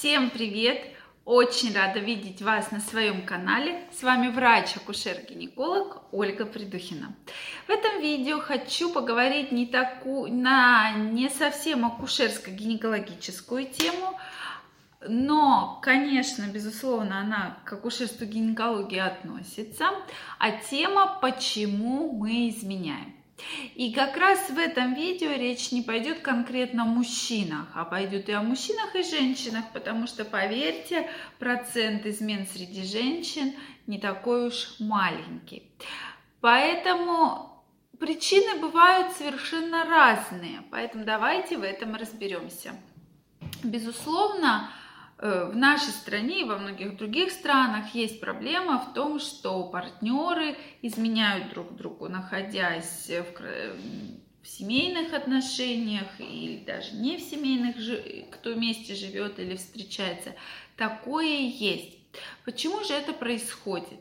Всем привет! Очень рада видеть вас на своем канале. С вами врач-акушер-гинеколог Ольга Придухина. В этом видео хочу поговорить не совсем акушерско-гинекологическую тему, но, конечно, безусловно, она к акушерству гинекологии относится, а тема «Почему мы изменяем?». И как раз в этом видео речь не пойдет конкретно о мужчинах, а пойдет и о мужчинах, и женщинах, потому что, поверьте, процент измен среди женщин не такой уж маленький. Поэтому причины бывают совершенно разные, поэтому давайте в этом разберемся. Безусловно, в нашей стране и во многих других странах есть проблема в том, что партнеры изменяют друг другу, находясь в семейных отношениях или даже не в семейных, кто вместе живет или встречается. Такое есть. Почему же это происходит?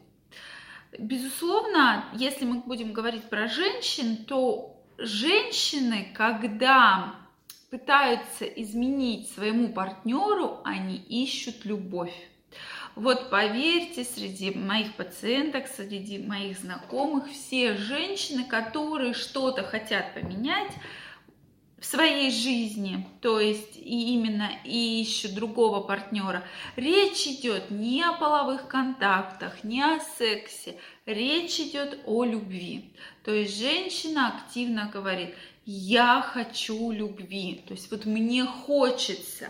Безусловно, если мы будем говорить про женщин, то женщины, когда пытаются изменить своему партнеру, они ищут любовь. Вот поверьте, среди моих пациенток, среди моих знакомых, все женщины, которые что-то хотят поменять в своей жизни, то есть именно ищут другого партнера, речь идет не о половых контактах, не о сексе, речь идет о любви. То есть женщина активно говорит: я хочу любви, то есть вот мне хочется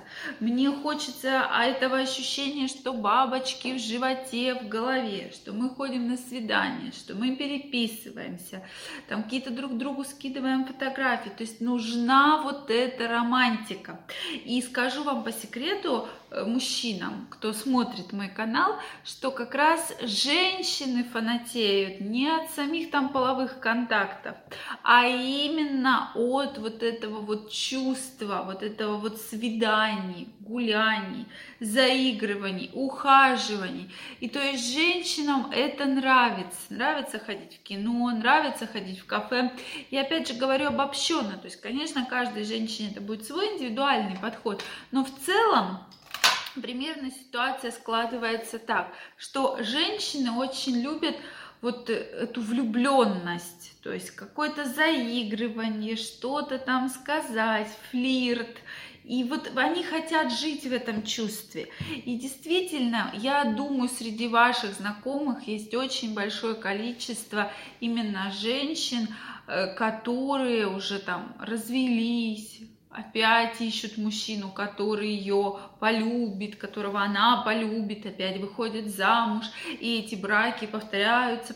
этого ощущения, что бабочки в животе, в голове, что мы ходим на свидание, что мы переписываемся, там какие-то друг другу скидываем фотографии, то есть нужна вот эта романтика. И скажу вам по секрету, мужчинам, кто смотрит мой канал, что как раз женщины фанатеют не от самих там половых контактов, а именно от вот этого вот чувства, вот этого вот свиданий, гуляний, заигрываний, ухаживаний. И то есть женщинам это нравится. Нравится ходить в кино, нравится ходить в кафе. И опять же говорю обобщенно, то есть, конечно, каждой женщине это будет свой индивидуальный подход, но в целом примерно ситуация складывается так, что женщины очень любят вот эту влюбленность, то есть какое-то заигрывание, что-то там сказать, флирт. И вот они хотят жить в этом чувстве. И действительно, я думаю, среди ваших знакомых есть очень большое количество именно женщин, которые уже там развелись, опять ищут мужчину, который ее полюбит, которого она полюбит, опять выходит замуж, и эти браки повторяются,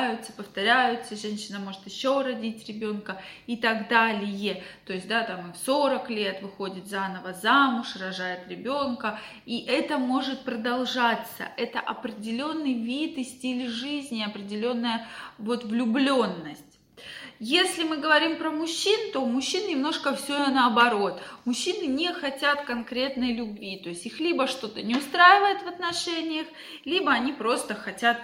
женщина может еще родить ребенка и так далее. То есть, да, там и в 40 лет выходит заново замуж, рожает ребенка, и это может продолжаться. Это определенный вид и стиль жизни, определенная вот влюбленность. Если мы говорим про мужчин, то у мужчин немножко все наоборот. Мужчины не хотят конкретной любви, то есть их либо что-то не устраивает в отношениях, либо они просто хотят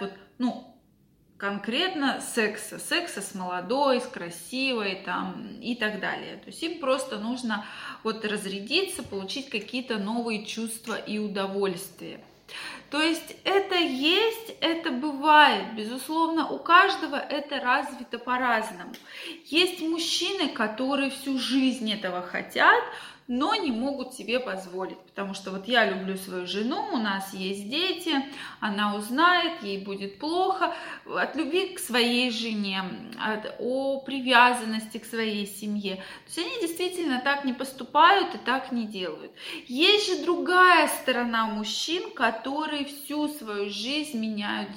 конкретно секса с молодой, с красивой там, и так далее. То есть им просто нужно разрядиться, получить какие-то новые чувства и удовольствия. То есть это есть, это бывает, безусловно, у каждого это развито по-разному. Есть мужчины, которые всю жизнь этого хотят, но не могут себе позволить, потому что вот я люблю свою жену, у нас есть дети, она узнает, ей будет плохо, от любви к своей жене, о привязанности к своей семье. То есть они действительно так не поступают и так не делают. Есть же другая сторона мужчин, которые всю свою жизнь меняют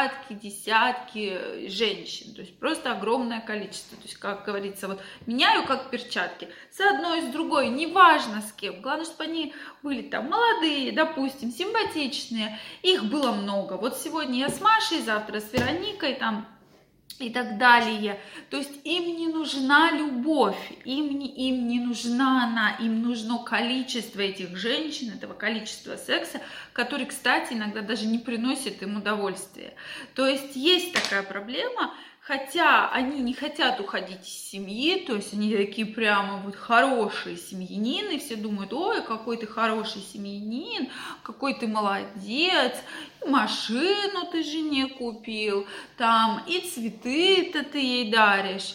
десятки женщин, то есть просто огромное количество. То есть, как говорится, меняю как перчатки, с одной, с другой, неважно с кем, главное, чтобы они были там молодые, допустим, симпатичные, их было много. Вот сегодня я с Машей, завтра с Вероникой там и так далее. То есть им не нужна любовь, им не нужна она, им нужно количество этих женщин, этого количества секса, который, кстати, иногда даже не приносит им удовольствия. То есть есть такая проблема. хотя они не хотят уходить из семьи, то есть они такие прямо вот хорошие семьянины, все думают: ой, какой ты хороший семьянин, какой ты молодец, и машину ты жене купил, там, и цветы-то ты ей даришь.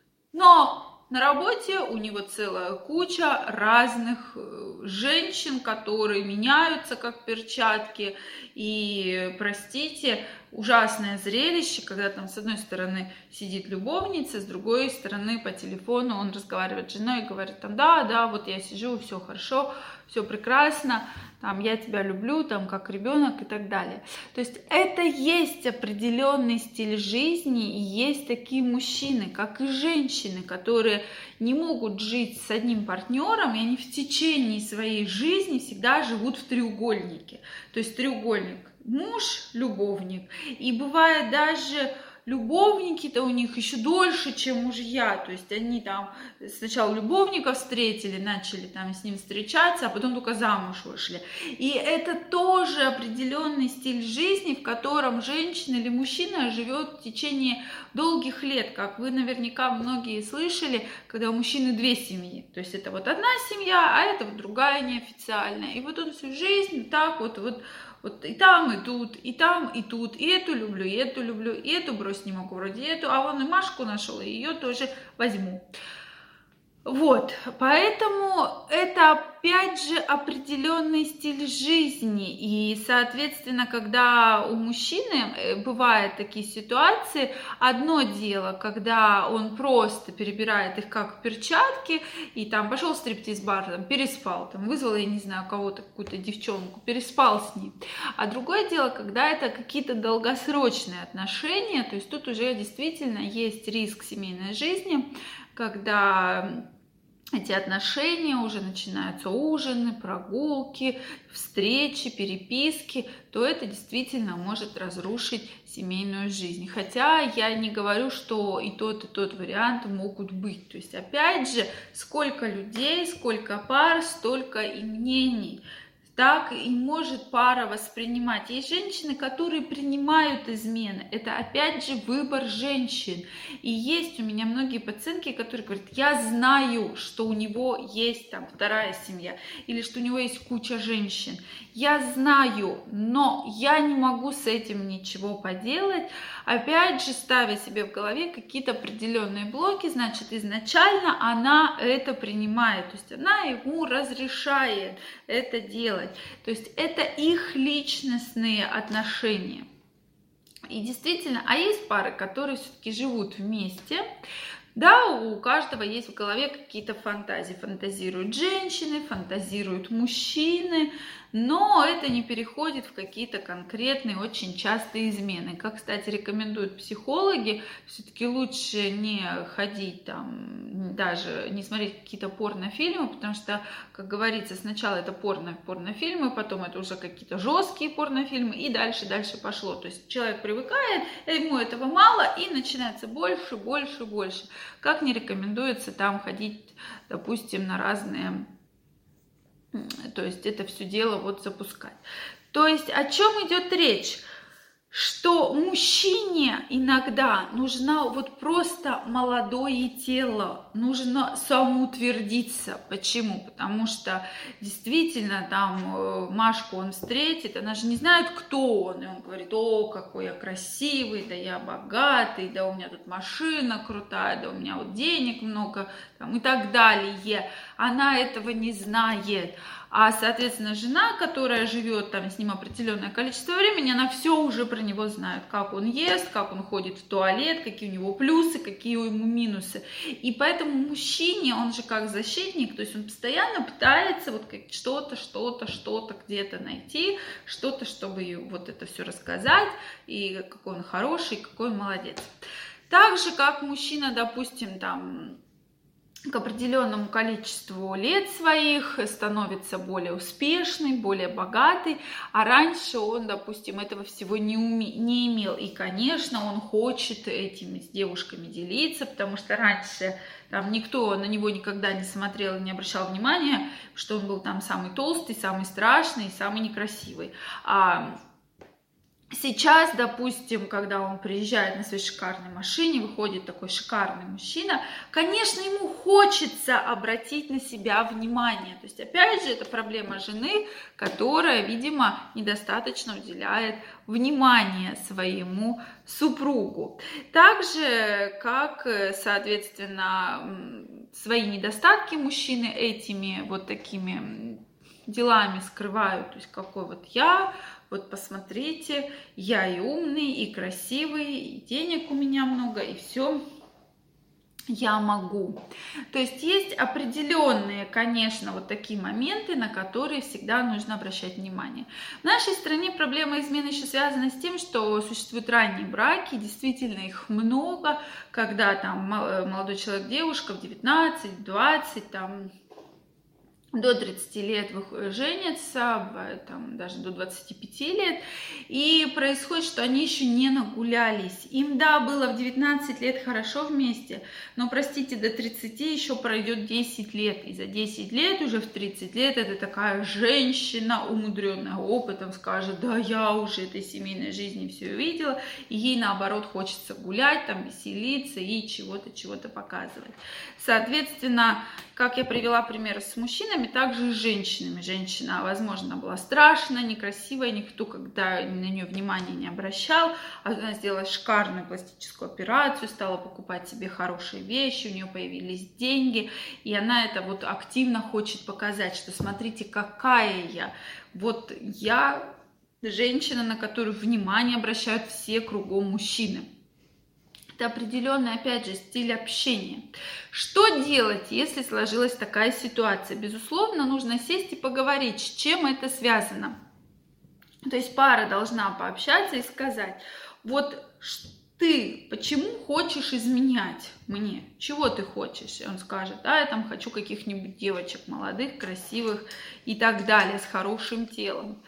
Но на работе у него целая куча разных женщин, которые меняются как перчатки. И, простите, ужасное зрелище, когда там с одной стороны сидит любовница, с другой стороны по телефону он разговаривает с женой и говорит там: да, вот я сижу, все хорошо, все прекрасно, там, я тебя люблю, там, как ребенок и так далее. То есть это есть определенный стиль жизни, и есть такие мужчины, как и женщины, которые не могут жить с одним партнером, и они в течение своей жизни всегда живут в треугольнике. То есть треугольник муж, любовник, и бывает даже любовники-то у них еще дольше, чем мужья, то есть они там сначала любовника встретили, начали там с ним встречаться, а потом только замуж вышли. И это тоже определенный стиль жизни, в котором женщина или мужчина живет в течение долгих лет, как вы наверняка многие слышали, когда у мужчины две семьи, то есть это вот одна семья, а это вот другая неофициальная, и вот он всю жизнь так вот и там, и тут, и там, и тут, и эту люблю, и эту бросить не могу, вроде эту, а вон и Машку нашел, и ее тоже возьму. Вот, поэтому это опять же определенный стиль жизни, и, соответственно, когда у мужчины бывают такие ситуации, одно дело, когда он просто перебирает их как перчатки, и там пошел в стриптиз-бар, там, переспал, там, вызвал, я не знаю, кого-то, какую-то девчонку, переспал с ней, а другое дело, когда это какие-то долгосрочные отношения, то есть тут уже действительно есть риск семейной жизни, когда эти отношения, уже начинаются ужины, прогулки, встречи, переписки, то это действительно может разрушить семейную жизнь. Хотя я не говорю, что и тот вариант могут быть. То есть, опять же, сколько людей, сколько пар, столько и мнений. Так и может пара воспринимать. Есть женщины, которые принимают измены. Это опять же выбор женщин. И есть у меня многие пациентки, которые говорят: я знаю, что у него есть там вторая семья, или что у него есть куча женщин. Я знаю, но я не могу с этим ничего поделать. Опять же, ставя себе в голове какие-то определенные блоки, значит, изначально она это принимает. То есть она ему разрешает это делать. То есть это их личностные отношения. И действительно, а есть пары, которые все-таки живут вместе. Да, у каждого есть в голове какие-то фантазии. Фантазируют женщины, фантазируют мужчины, но это не переходит в какие-то конкретные, очень частые измены. Как, кстати, рекомендуют психологи, все-таки лучше не ходить там, даже не смотреть какие-то порнофильмы, потому что, как говорится, сначала это порнофильмы, потом это уже какие-то жесткие порнофильмы, и дальше пошло. То есть человек привыкает, ему этого мало, и начинается больше. Как не рекомендуется там ходить, допустим, на разные, то есть это все дело вот запускать. То есть о чем идет речь? Что мужчине иногда нужно вот просто молодое тело, нужно самоутвердиться. Почему? Потому что действительно там Машку он встретит, она же не знает, кто он, и он говорит: о, какой я красивый, да я богатый, да у меня тут машина крутая, да у меня вот денег много, там, и так далее. Она этого не знает. А, соответственно, жена, которая живет там с ним определенное количество времени, она все уже про него знает, как он ест, как он ходит в туалет, какие у него плюсы, какие у ему минусы. И поэтому мужчине, он же как защитник, то есть он постоянно пытается вот что-то где-то найти, что-то, чтобы вот это все рассказать, и какой он хороший, какой он молодец. Так же, как мужчина, допустим, там, к определенному количеству лет своих становится более успешный, более богатый, а раньше он, допустим, этого всего не имел. И, конечно, он хочет этим с девушками делиться, потому что раньше там никто на него никогда не смотрел и не обращал внимания, что он был там самый толстый, самый страшный, самый некрасивый. Сейчас, допустим, когда он приезжает на своей шикарной машине, выходит такой шикарный мужчина, конечно, ему хочется обратить на себя внимание. То есть, опять же, это проблема жены, которая, видимо, недостаточно уделяет внимание своему супругу. Также, как, соответственно, свои недостатки мужчины этими вот такими делами скрывают. То есть, какой вот я... Вот посмотрите, я и умный, и красивый, и денег у меня много, и все я могу. То есть есть определенные, конечно, вот такие моменты, на которые всегда нужно обращать внимание. В нашей стране проблема измены еще связана с тем, что существуют ранние браки, действительно их много, когда там молодой человек, девушка в 19, 20, там... до 30 лет женятся, там, даже до 25 лет, и происходит, что они еще не нагулялись. Им, да, было в 19 лет хорошо вместе, но, простите, до 30 еще пройдет 10 лет, и за 10 лет, уже в 30 лет, это такая женщина, умудренная опытом, скажет, да, я уже этой семейной жизни все увидела, и ей, наоборот, хочется гулять, там, веселиться и чего-то показывать. Соответственно, как я привела пример с мужчинами, также и с женщинами. Женщина, возможно, была страшная, некрасивая, никто когда на нее внимания не обращал. Она сделала шикарную пластическую операцию, стала покупать себе хорошие вещи, у нее появились деньги, и она это вот активно хочет показать, что смотрите, какая я. Вот я женщина, на которую внимание обращают все кругом мужчины. Это определенный, опять же, стиль общения. Что делать, если сложилась такая ситуация? Безусловно, нужно сесть и поговорить, с чем это связано. То есть пара должна пообщаться и сказать, вот ты почему хочешь изменять мне? Чего ты хочешь? И он скажет, я там хочу каких-нибудь девочек молодых, красивых и так далее, с хорошим телом.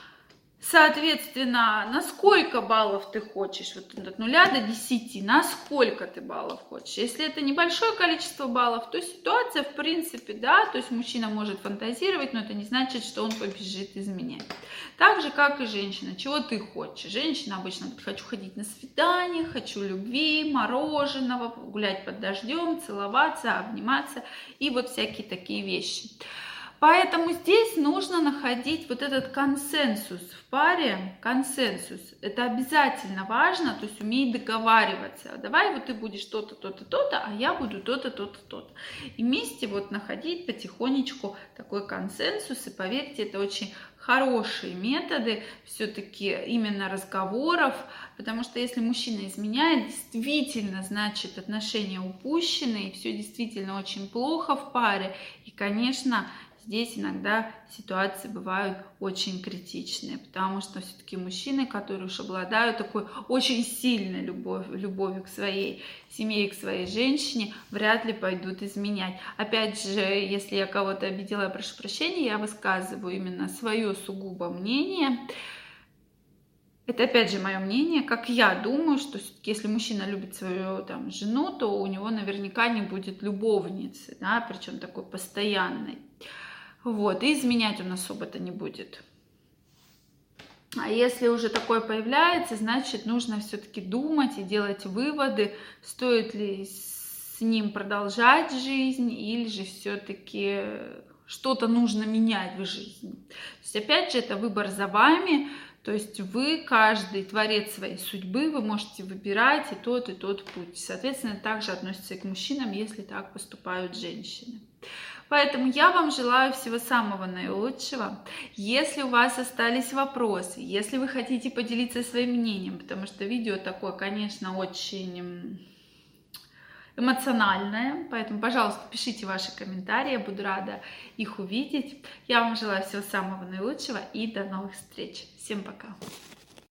Соответственно, на сколько баллов ты хочешь, вот от 0 до 10, на сколько ты баллов хочешь. Если это небольшое количество баллов, то ситуация, в принципе, да, то есть мужчина может фантазировать, но это не значит, что он побежит изменять. Так же, как и женщина, чего ты хочешь. Женщина обычно говорит, хочу ходить на свидание, хочу любви, мороженого, гулять под дождем, целоваться, обниматься и вот всякие такие вещи. Поэтому здесь нужно находить вот этот консенсус в паре, консенсус. Это обязательно важно, то есть уметь договариваться. Давай вот ты будешь то-то, то-то, то-то, а я буду то-то, то-то, то-то. И вместе вот находить потихонечку такой консенсус. И поверьте, это очень хорошие методы все-таки именно разговоров, потому что если мужчина изменяет, действительно, значит, отношения упущены, и все действительно очень плохо в паре. И, конечно, здесь иногда ситуации бывают очень критичные, потому что все-таки мужчины, которые уж обладают такой очень сильной любовью к своей семье и к своей женщине, вряд ли пойдут изменять. Опять же, если я кого-то обидела, я прошу прощения, я высказываю именно свое сугубо мнение. Это опять же мое мнение, как я думаю, что если мужчина любит свою там, жену, то у него наверняка не будет любовницы, да, причем такой постоянной. Вот, и изменять он особо-то не будет. А если уже такое появляется, значит, нужно все-таки думать и делать выводы, стоит ли с ним продолжать жизнь, или же все-таки что-то нужно менять в жизни. То есть, опять же, это выбор за вами. То есть вы, каждый творец своей судьбы, вы можете выбирать и тот путь. Соответственно, также относится и к мужчинам, если так поступают женщины. Поэтому я вам желаю всего самого наилучшего. Если у вас остались вопросы, если вы хотите поделиться своим мнением, потому что видео такое, конечно, очень эмоциональное, поэтому, пожалуйста, пишите ваши комментарии, я буду рада их увидеть. Я вам желаю всего самого наилучшего и до новых встреч. Всем пока!